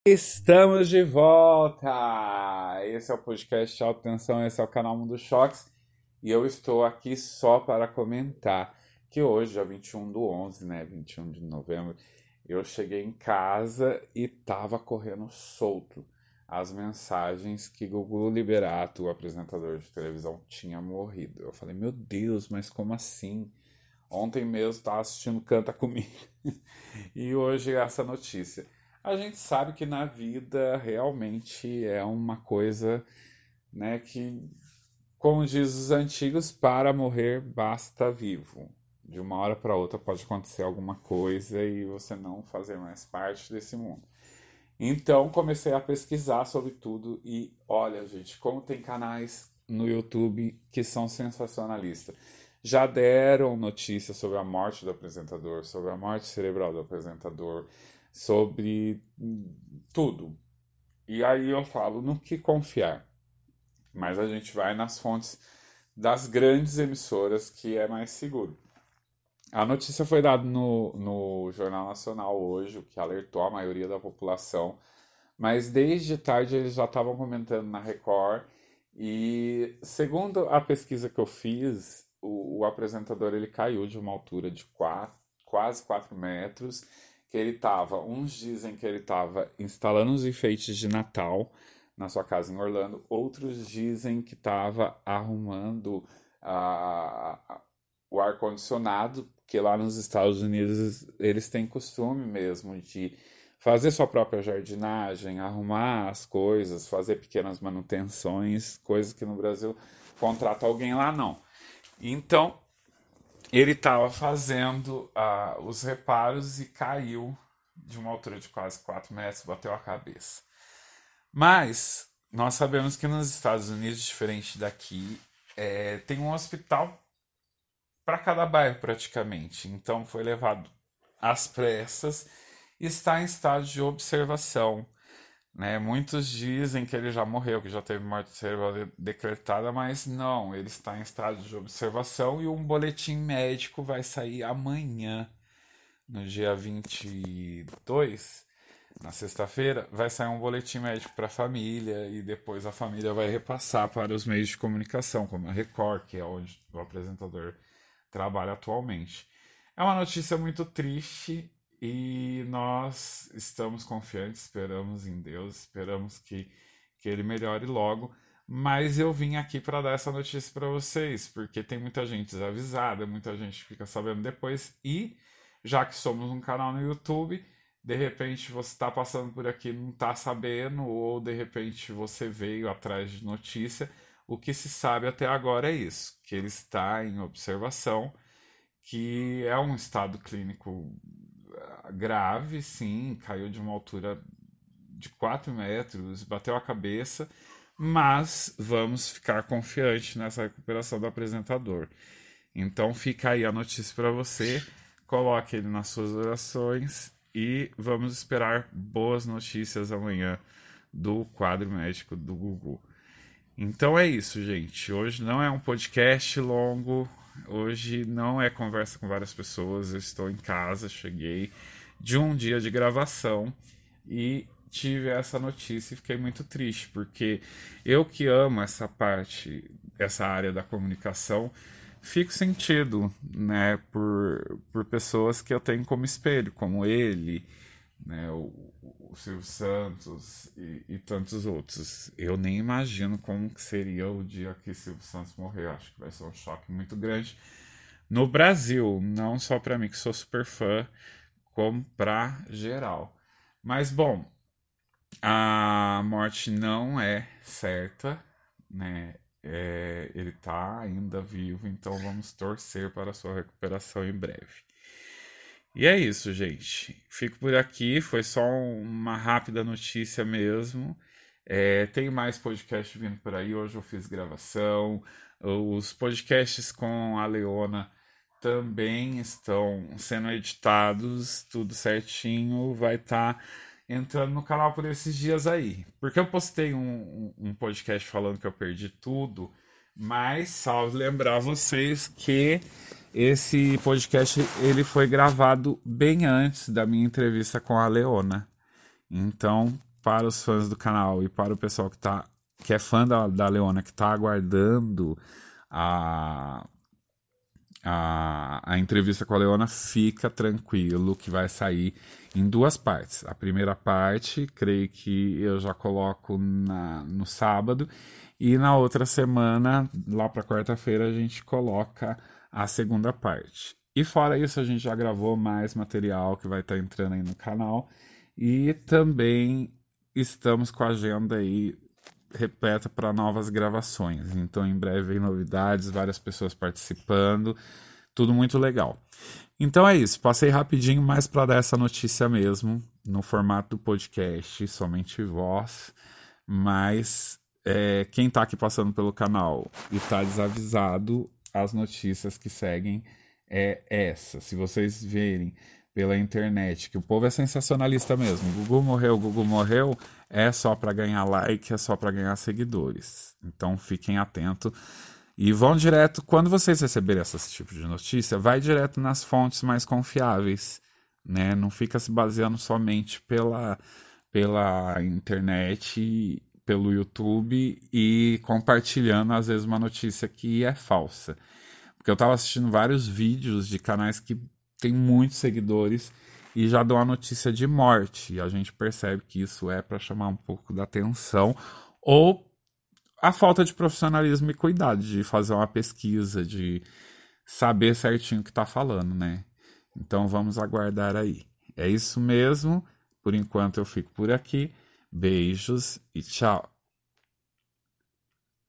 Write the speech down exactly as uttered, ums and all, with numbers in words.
Estamos de volta! Esse é o podcast Alta Tensão, esse é o canal Mundo Choques e eu estou aqui só para comentar que hoje, dia vinte e um do onze, né, vinte e um de novembro, eu cheguei em casa e tava correndo solto as mensagens que Gugu Liberato, o apresentador de televisão, tinha morrido. Eu falei, meu Deus, mas como assim? Ontem mesmo estava assistindo Canta Comigo e hoje essa notícia. A gente sabe que na vida realmente é uma coisa, né, que, como diz os antigos, para morrer basta vivo. De uma hora para outra pode acontecer alguma coisa e você não fazer mais parte desse mundo. Então comecei a pesquisar sobre tudo e olha, gente, como tem canais no YouTube que são sensacionalistas. Já deram notícias sobre a morte do apresentador, sobre a morte cerebral do apresentador, sobre tudo. E aí eu falo no que confiar. Mas a gente vai nas fontes das grandes emissoras que é mais seguro. A notícia foi dada no, no Jornal Nacional hoje, o que alertou a maioria da população, mas desde tarde eles já estavam comentando na Record e segundo a pesquisa que eu fiz, o, o apresentador ele caiu de uma altura de quatro, quase quatro metros, que ele estava, uns dizem que ele estava instalando os enfeites de Natal na sua casa em Orlando, outros dizem que estava arrumando a, a, o ar-condicionado, porque lá nos Estados Unidos eles têm costume mesmo de fazer sua própria jardinagem, arrumar as coisas, fazer pequenas manutenções, coisas que no Brasil contrata alguém lá não. Então, ele estava fazendo uh, os reparos e caiu de uma altura de quase quatro metros, bateu a cabeça. Mas nós sabemos que nos Estados Unidos, diferente daqui, é, tem um hospital para cada bairro praticamente. Então foi levado às pressas e está em estado de observação. Né? Muitos dizem que ele já morreu, que já teve morte cerebral de- decretada, mas não, ele está em estado de observação e um boletim médico vai sair amanhã, no dia vinte e dois, na sexta-feira, vai sair um boletim médico para a família e depois a família vai repassar para os meios de comunicação, como a Record, que é onde o apresentador trabalha atualmente. É uma notícia muito triste e nós estamos confiantes, esperamos em Deus, esperamos que, que ele melhore logo. Mas eu vim aqui para dar essa notícia para vocês, porque tem muita gente desavisada, muita gente fica sabendo depois. E já que somos um canal no YouTube, de repente você está passando por aqui e não está sabendo, ou de repente você veio atrás de notícia. O que se sabe até agora é isso, que ele está em observação, que é um estado clínico ah, grave, sim, caiu de uma altura de quatro metros, bateu a cabeça, mas vamos ficar confiantes nessa recuperação do apresentador. Então fica aí a notícia para você, coloque ele nas suas orações e vamos esperar boas notícias amanhã do quadro médico do Gugu. Então é isso, gente. Hoje não é um podcast longo, hoje não é conversa com várias pessoas. Eu estou em casa, cheguei de um dia de gravação e tive essa notícia e fiquei muito triste, porque eu que amo essa parte, essa área da comunicação, fico sentido, né, por, por pessoas que eu tenho como espelho, como ele, né, o, o Silvio Santos e, e tantos outros. Eu nem imagino como que seria o dia que Silvio Santos morrer. Acho que vai ser um choque muito grande no Brasil, não só para mim que sou super fã, como para geral. Mas bom, a morte não é certa, né? É, ele está ainda vivo, então vamos torcer para a sua recuperação em breve. E é isso, gente. Fico por aqui. Foi só uma rápida notícia mesmo. É, tem mais podcast vindo por aí. Hoje eu fiz gravação. Os podcasts com a Leona também estão sendo editados, tudo certinho. Vai estar entrando no canal por esses dias aí. Porque eu postei um, um um podcast falando que eu perdi tudo. Mas salve lembrar vocês que esse podcast ele foi gravado bem antes da minha entrevista com a Leona. Então para os fãs do canal e para o pessoal que, tá, que é fã da, da Leona, que está aguardando a, a, a entrevista com a Leona, fica tranquilo que vai sair em duas partes. A primeira parte, creio que eu já coloco na, no sábado, e na outra semana, lá para quarta-feira, a gente coloca a segunda parte. E fora isso, a gente já gravou mais material que vai estar entrando aí no canal. E também estamos com a agenda aí repleta para novas gravações. Então, em breve, vem novidades, várias pessoas participando. Tudo muito legal. Então é isso. Passei rapidinho mais para dar essa notícia mesmo, no formato do podcast, somente voz. Mas é, quem está aqui passando pelo canal e está desavisado, as notícias que seguem é essa. Se vocês verem pela internet que o povo é sensacionalista mesmo, Gugu morreu, Gugu morreu, é só para ganhar like, é só para ganhar seguidores. Então fiquem atentos e vão direto, quando vocês receberem esse tipo de notícia, vai direto nas fontes mais confiáveis, né? Não fica se baseando somente pela, pela internet, pelo YouTube e compartilhando às vezes uma notícia que é falsa. Porque eu estava assistindo vários vídeos de canais que tem muitos seguidores e já dão a notícia de morte. E a gente percebe que isso é para chamar um pouco da atenção ou a falta de profissionalismo e cuidado de fazer uma pesquisa, de saber certinho o que está falando, né? Então vamos aguardar aí. É isso mesmo. Por enquanto eu fico por aqui. Beijos e tchau.